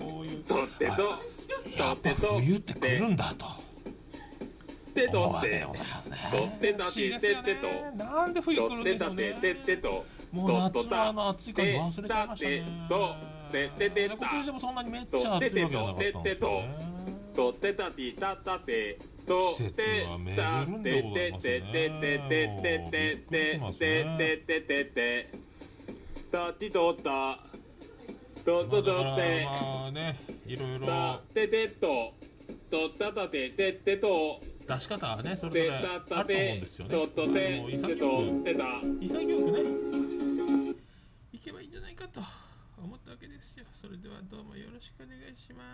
そういうとってとやっぱとってと冬って来るんだとてと思うわってけでございますね。 とってたてててとなんで冬来るんとってたでしょうね。 てててともう夏の暑い感じ忘れちゃいましたね。 とてててた今年でもそんなにめっちゃ暑いわけじゃなかったんですよね。 とってたてたたてと季て節は巡たるんてでございてますね。 てててててててててててたてとったとととってまあね、いろいろたててととったたてててと出し方はね、それぞてれあると思うんたたてですよね。 ととてもうて潔くとてたね、いけばいいんじゃないかと思ったわけですよ。それではどうもよろしくお願いします。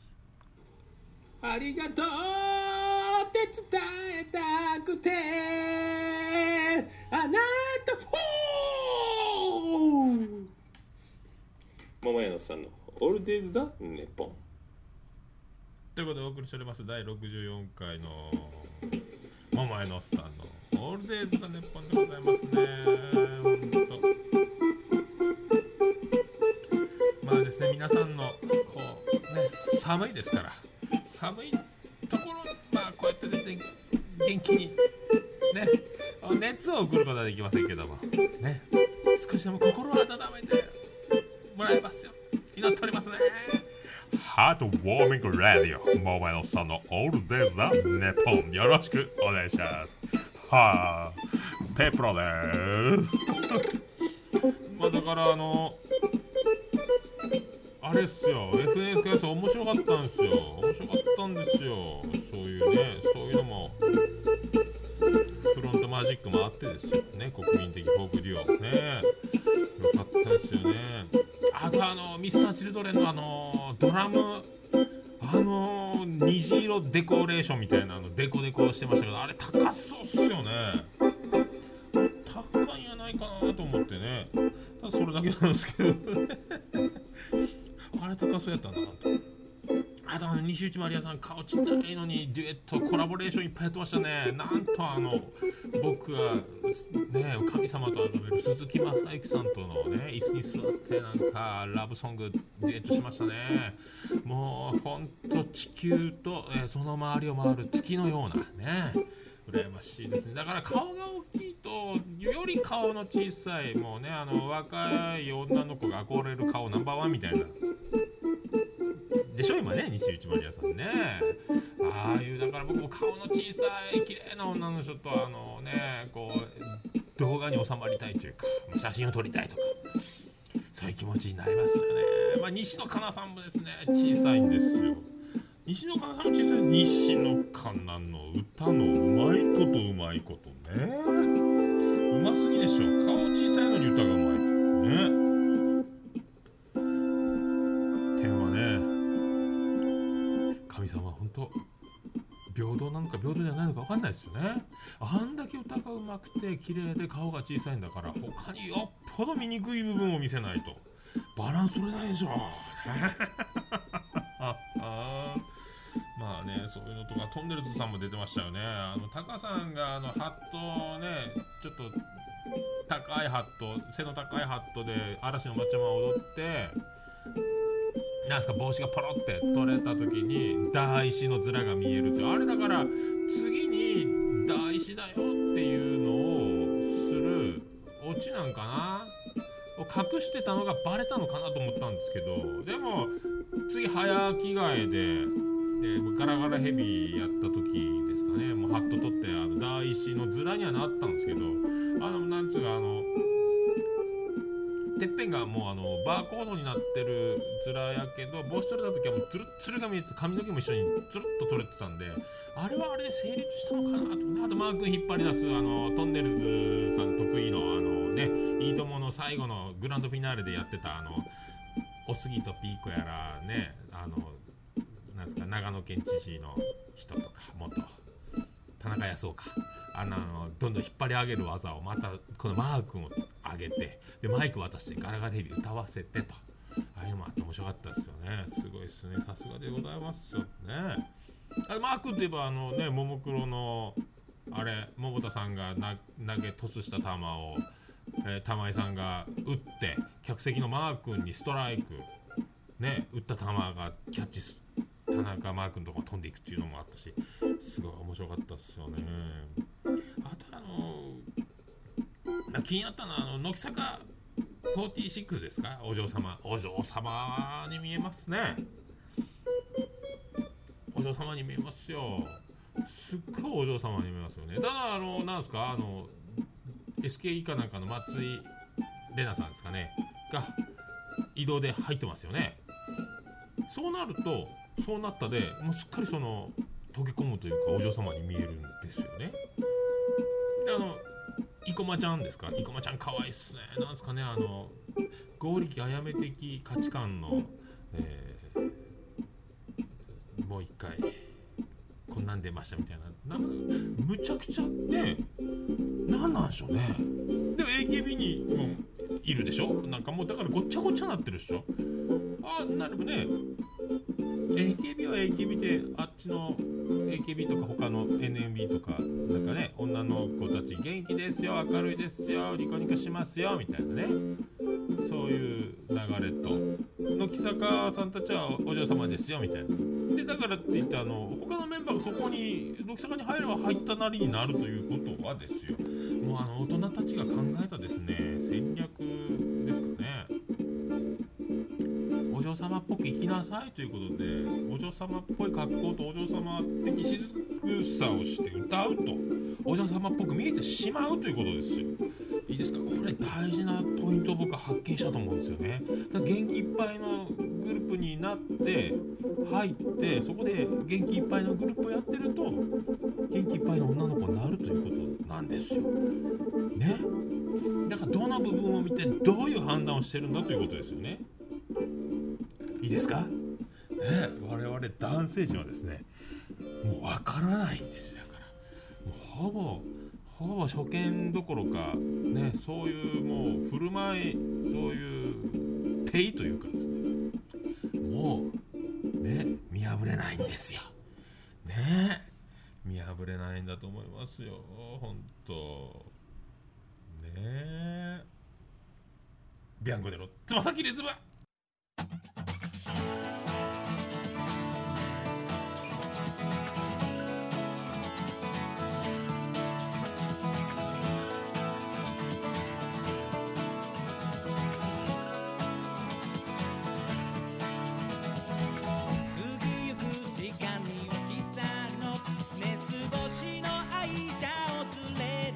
ありがとうって伝えたくてあなたフォー桃屋のさんのオールデイズだネポンということでお送りしております第64回の桃屋のおっさんのオールデイズ・ザ・ネッポンでございますね。ほんとまあですね、皆さんのこうね、寒いですから、寒いところまあこうやってですね、元気にね、熱を送ることはできませんけどもね、少しでも心を温めてもらえますよ祈っておりますね。ハートウォーミングラディオ桃屋のさんのオールデイズ・ザ・ネポンよろしくお願いします。はあ、ペプロでーす。まあだからあれっすよ、FNS 面白かったんですよ。面白かったんですよ。そういうね、そういうのもフロントマジックもあってですよね、国民的フォークデュオね、よかったですよね。あとミスターチルドレンのドラム虹色デコレーションみたいなデコしてましたけど、あれ高そうっすよね。高いんやないかなと思ってね、ただそれだけなんですけどあれ高そうやったなと。あと西内まりやさん顔ちっちゃいのにデュエットコラボレーションいっぱいやってましたね。なんと僕がね神様と崇める鈴木雅之さんとのね椅子に座ってなんかラブソングデュエットしましたね。もうほんと地球と、その周りを回る月のようなね羨ましいですね。だから顔が大きいとより顔の小さいもうね若い女の子が憧れる顔ナンバーワンみたいなでしょ今ね、西内まりやさんね。ああいうだから僕も顔の小さい綺麗な女の人とねこう動画に収まりたいというか写真を撮りたいとかそういう気持ちになりますよね。まあ西野カナさんもですね小さいんですよ。西野カナさんも小さい。西野カナの歌のうまいことね、うますぎでしょ。顔小さいのに歌がうまいね。神様は本当平等なのか平等じゃないのか分かんないですよね。あんだけ歌がうまくて綺麗で顔が小さいんだから他によっぽど醜い部分を見せないとバランス取れないでしょまあね、そういうのとかトンネルズさんも出てましたよね。タカさんがハットをねちょっと高いハット背の高いハットで嵐の抹茶を踊ってなんすか帽子がポロって取れた時に大石の面が見えるってあれだから次に大石だよっていうのをするオチなんかなを隠してたのがバレたのかなと思ったんですけど、でも次早着替えでガラガラヘビやった時ですかね、もうハット取って大石の面にはなったんですけどなんつうかてっぺんがもうバーコードになってる面やけど帽子取れた時はもうツルッツルが見えて髪の毛も一緒にツルッと取れてたんであれはあれで成立したのかなとね。あとマー君引っ張り出すトンネルズさん得意のねいいともの最後のグランドフィナーレでやってたおすぎとピーコやらねなんですか長野県知事の人とか元田中康夫かどんどん引っ張り上げる技をまたこのマー君を上げてでマイク渡してガラガラヘビ歌わせてとああいうのもあって面白かったですよね。すごいですね、さすがでございますよね。マー君といえばももクロのあれ桃田さんが投げトスした球を玉井さんが打って客席のマー君にストライク、ね、打った球がキャッチ田中マー君のところ飛んでいくっていうのもあったし、すごい面白かったですよね。あと気になったのは乃木坂46ですか。お嬢様に見えますね。お嬢様に見えますよ。すっごいお嬢様に見えますよね。ただなんですか、SKE かなんかの松井玲奈さんですかねが移動で入ってますよね。そうなるとそうなったでもうすっかり溶け込むというかお嬢様に見えるんですよね。で生駒ちゃんですか。生駒ちゃん可愛いっすね。なんですかね、剛力あやめ的価値観の、もう一回こんなん出ましたみたいな、むちゃくちゃね、なんなんでしょうね。でも AKB にもいるでしょ。なんかもうだからごっちゃごっちゃなってるでしょ。なるほどね。AKB は AKB であっちの AKB とか他の NMB とかなんかね、女の子たち元気ですよ、明るいですよ、ニコニコしますよみたいなね、そういう流れと乃木坂さんたちはお嬢様ですよみたいなで、だからって言って他のメンバーがそこに乃木坂に入れば入ったなりになるということはですよ、もう大人たちが考えたですね戦略ですかね。お嬢様っぽく生きなさいということで、お嬢様っぽい格好とお嬢様的静さをして歌うとお嬢様っぽく見えてしまうということですよ。いいですか、これ大事なポイントを僕は発見したと思うんですよね。元気いっぱいのグループになって入ってそこで元気いっぱいのグループをやってると元気いっぱいの女の子になるということなんですよね。だからどの部分を見てどういう判断をしてるんだということですよね。いいですか、我々男性陣はですねもうわからないんですよ。だからもうほぼ初見どころかね、そういうもう振る舞い、そういう定位というかですね、もうね見破れないんですよね。見破れないんだと思いますよ本当ね。ビアンコネロつま先リズム。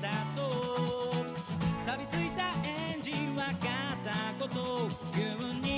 錆びついたエンジンは片言急に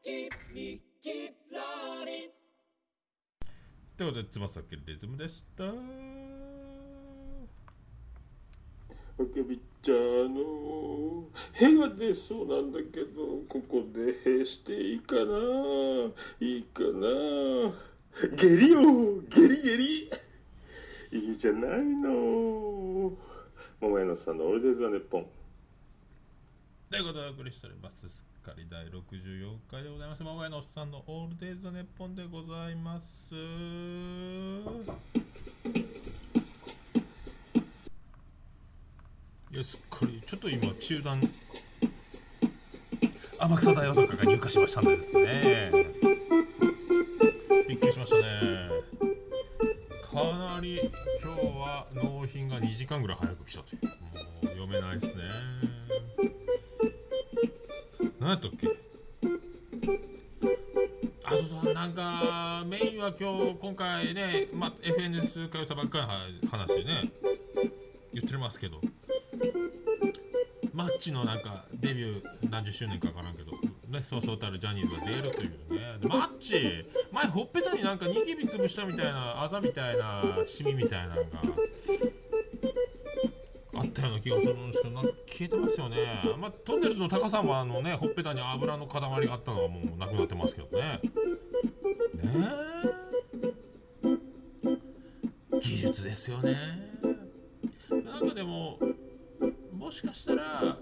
ということで、つまさきリズムでした。 あけびちゃん屁が出そうなんだけど、ここで屁していいかな、いいかな。下痢よ、下痢下痢。いいじゃないの。桃屋のさんのオールデイズ・ザ・ネッポン。 ということでお送りしております。すっかり第64回でございます。桃屋のおっさんのオールデイズ・ザ・ネッポンでございます。いや、すっかりちょっと今中断天草大男が入荷しましたんでですね、びっくりしましたね。かなり今日は納品が2時間ぐらい早く来たという、もう読めないですね。何やったっけ。あ、そうなんかメインは今回ね、FNS 歌謡祭ばっかり話でね言ってますけど、マッチのなんかデビュー何十周年か分からんけどね、そうそうたるジャニーズが出るというね。でマッチ前ほっぺたになんかニキビつぶしたみたいなあざみたいなシミみたいなのがあったような気がするんですけど、なんか消えてますよね。トンネルズの高さんはほっぺたに油の塊があったのがもうなくなってますけどね。技術ですよね。なんかでももしかしたら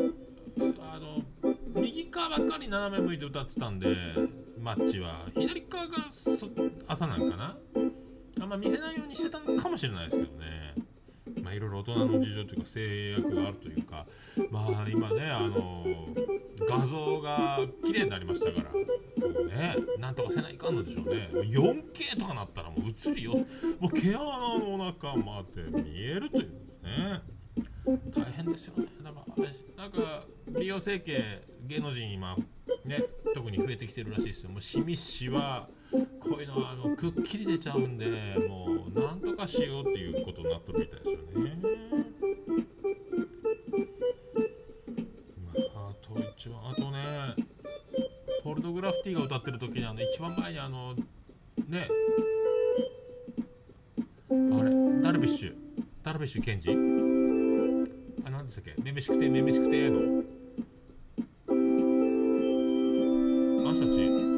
右側ばっかり斜め向いて歌ってたんで、マッチは左側が朝なんかな、あんま見せないようにしてたのかもしれないですけどね。いろいろ大人の事情というか制約があるというか、今ね画像が綺麗になりましたからね、なんとかせないかんのでしょうね。4K とかなったらもう映るよ、もう毛穴の中まで見えるというね。大変ですよね。なんか美容整形芸能人今ね特に増えてきてるらしいですよ。もうシミシはこういうのはくっきり出ちゃうんで、もうなんとかしようっていうことになってるみたいですよね。あとね、ポルノグラフィティが歌ってる時に一番前にね、あれダルビッシュケンジ、何でしたっけ、めめしくてのあの人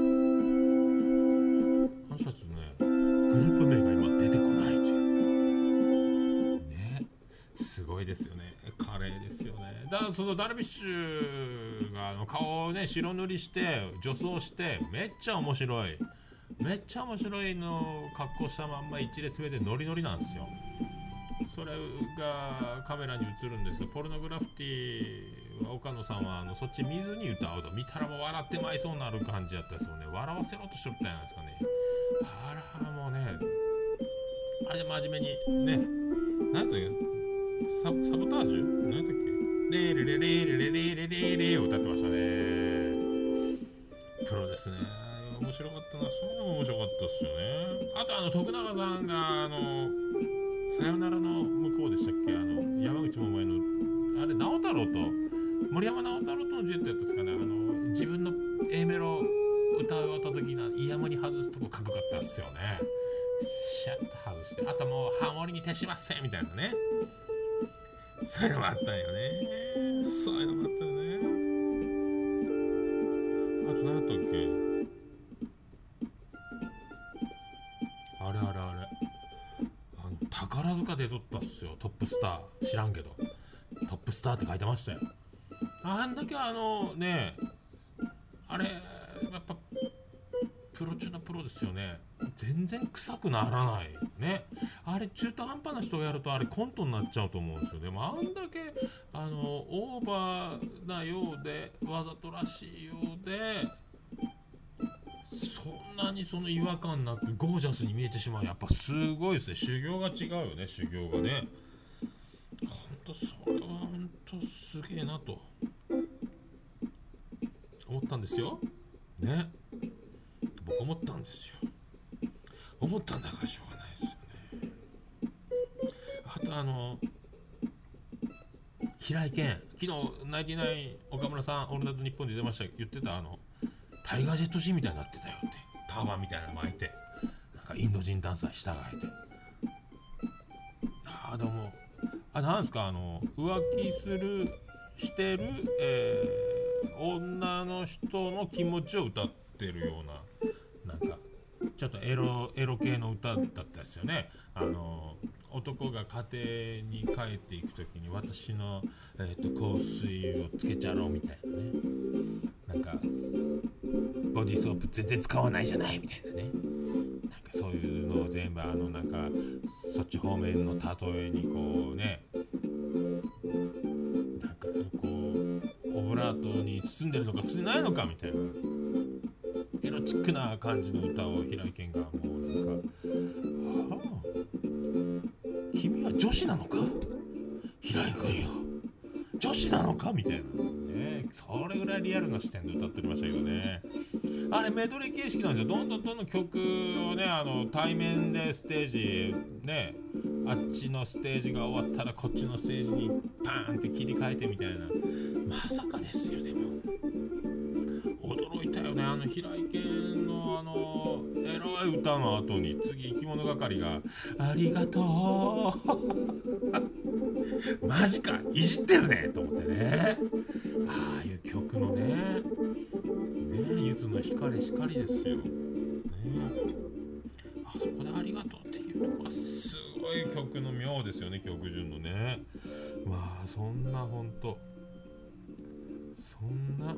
たちね、グループ名が今出てこないというね、すごいですよね。華麗ですよね。だからそのダルビッシュが顔をね白塗りして女装してめっちゃ面白いの格好したまんま一列目でノリノリなんですよ。それがカメラに映るんですけど、ポルノグラフィティは岡野さんはそっち見ずに歌うと、見たらもう笑ってまいそうになる感じやったですよね。笑わせろとしてるみたいなんですかね。あらもうね、あれで真面目にね、なんていうサボタージュなんだっけ、レレレレレレレレレレを歌ってましたね。プロですね。面白かったな。そういうのも面白かったですよね。あと徳永さんがさよならの向こうでしたっけ、山口百恵のあれ直太朗と森山直太朗とのデュエットやったんですかね。自分の A メロ歌い終わった時にイヤモニ外すとこかっこよかったっすよね。シャッと外して、あともうハモリに徹しませんみたいなね、そういうのもあったんよね。そういうのもあったよね。あと何やったっけ、あれ宝塚で撮ったっすよ。トップスター知らんけどトップスターって書いてましたよ。あんだけね、あれやっぱプロ中のプロですよね。全然臭くならないね。あれ中途半端な人がやるとあれコントになっちゃうと思うんですよ。でもあんだけオーバーなようでわざとらしいようで、そんなにその違和感なくゴージャスに見えてしまう。やっぱすごいですね。修行が違うよね。修行がね、ほんとそれはほんとすげえなと思ったんですよね。僕思ったんですよ。思ったんだからしょうがないですよね。あと平井堅、昨日ナインティナイン岡村さんオールナイトニッポンで言ってた言ってたタイガージェットシーンみたいになってたよって、タワーみたいなの巻いて、なんかインド人ダンサー従えて、でもなんですか、浮気してる、女の人の気持ちを歌ってるような、なんかちょっとエロ系の歌だったですよね。男が家庭に帰っていくときに私の、香水をつけちゃろうみたいなね、なんかボディーソープ全然使わないじゃないみたいなね、なんかそういうのを全部なんかそっち方面の例えにこうね、なんかこうオブラートに包んでるのか包んでないのかみたいなエロチックな感じの歌を平井堅がもうなんか、君は女子なのか平井君よ、女子なのかみたいなね、それぐらいリアルな視点で歌っておりましたけどね。あれメドレー形式なんですよ。どんどん曲をね、対面でステージね、あっちのステージが終わったらこっちのステージにパーンって切り替えてみたいな、まさかですよ。でも驚いたよね、平井堅のエロい歌の後に次生き物係がありがとうマジか、いじってるねと思ってね。ああいう曲のねゆずの光しかりですよ、ね、あそこでありがとうっていうところはすごい曲の妙ですよね、曲順のね。まあそんなほんとそんな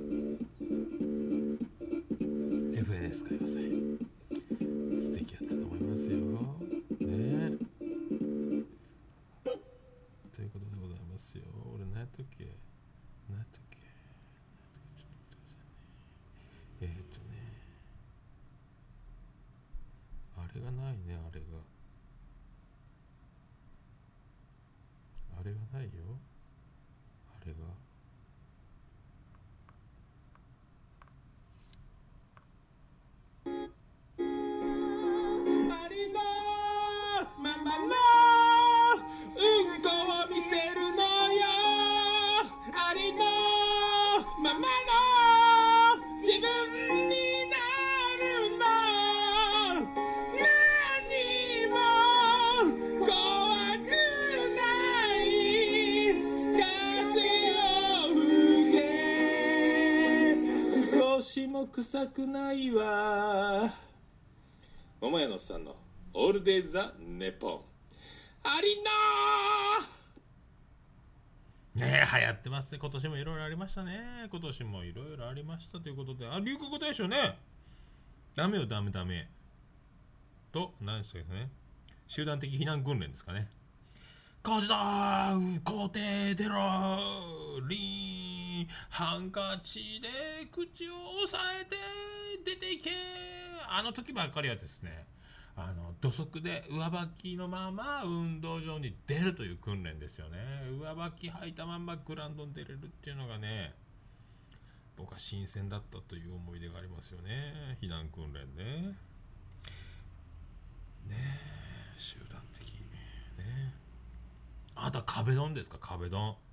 FNS 歌謡祭素敵だったと思いますよね。ということでございますよ。俺何やったっけちょっと待ってくださいね。あれがないね、あれがないよ、あれがありのままのうんこを見せるのよ、ありのままの自分になるの、何も怖くない風を吹け、少しも臭くないわ。桃屋のおっさんのオールデイズ・ザ・ネポン。ありなねえ流行ってますね。今年もいろいろありましたね。今年もいろいろありましたということで、流行語大賞ね、ダメよダメと、何でしたっけね、集団的避難訓練ですかね。火事だー、校庭出ろー、リーン、ハンカチで口を押さえて出ていけー。あの時ばっかりはですね、土足で上履きのまま運動場に出るという訓練ですよね。上履き履いたままグラウンドに出れるっていうのがね、僕は新鮮だったという思い出がありますよね。避難訓練ね。ねえ、集団的ね。あとは壁ドンですか、壁ドン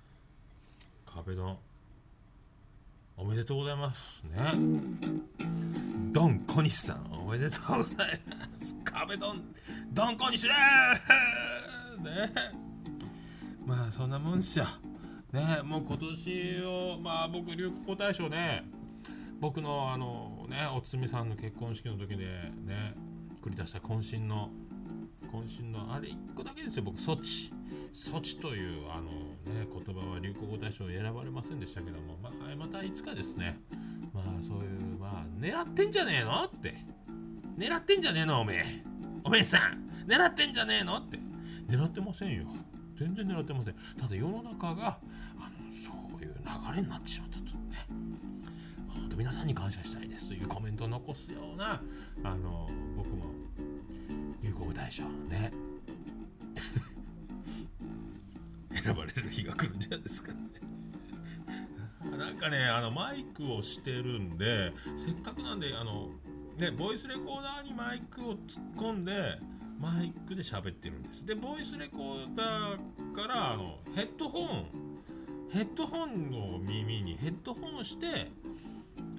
おめでとうございますね。ドン小西さんおめでとうございます。壁ドン小西でーね。まあそんなもんっすよね。もう今年を僕流行語大賞ね、僕のおつみさんの結婚式の時でね繰り出した渾身のあれ1個だけですよ。僕措置という言葉は流行語大賞選ばれませんでしたけども、またいつかですね、そういう狙ってんじゃねえのって、狙ってんじゃねえのおめえさん狙ってんじゃねえのって、狙ってませんよ、全然狙ってません。ただ世の中がそういう流れになってしまったとね、本当皆さんに感謝したいですというコメントを残すような僕も流行語大賞ね選ばれる日が来るんじゃないですかねなんかねマイクをしてるんで、せっかくなんでボイスレコーダーにマイクを突っ込んでマイクで喋ってるんです。でボイスレコーダーからヘッドホンを耳にヘッドホンをして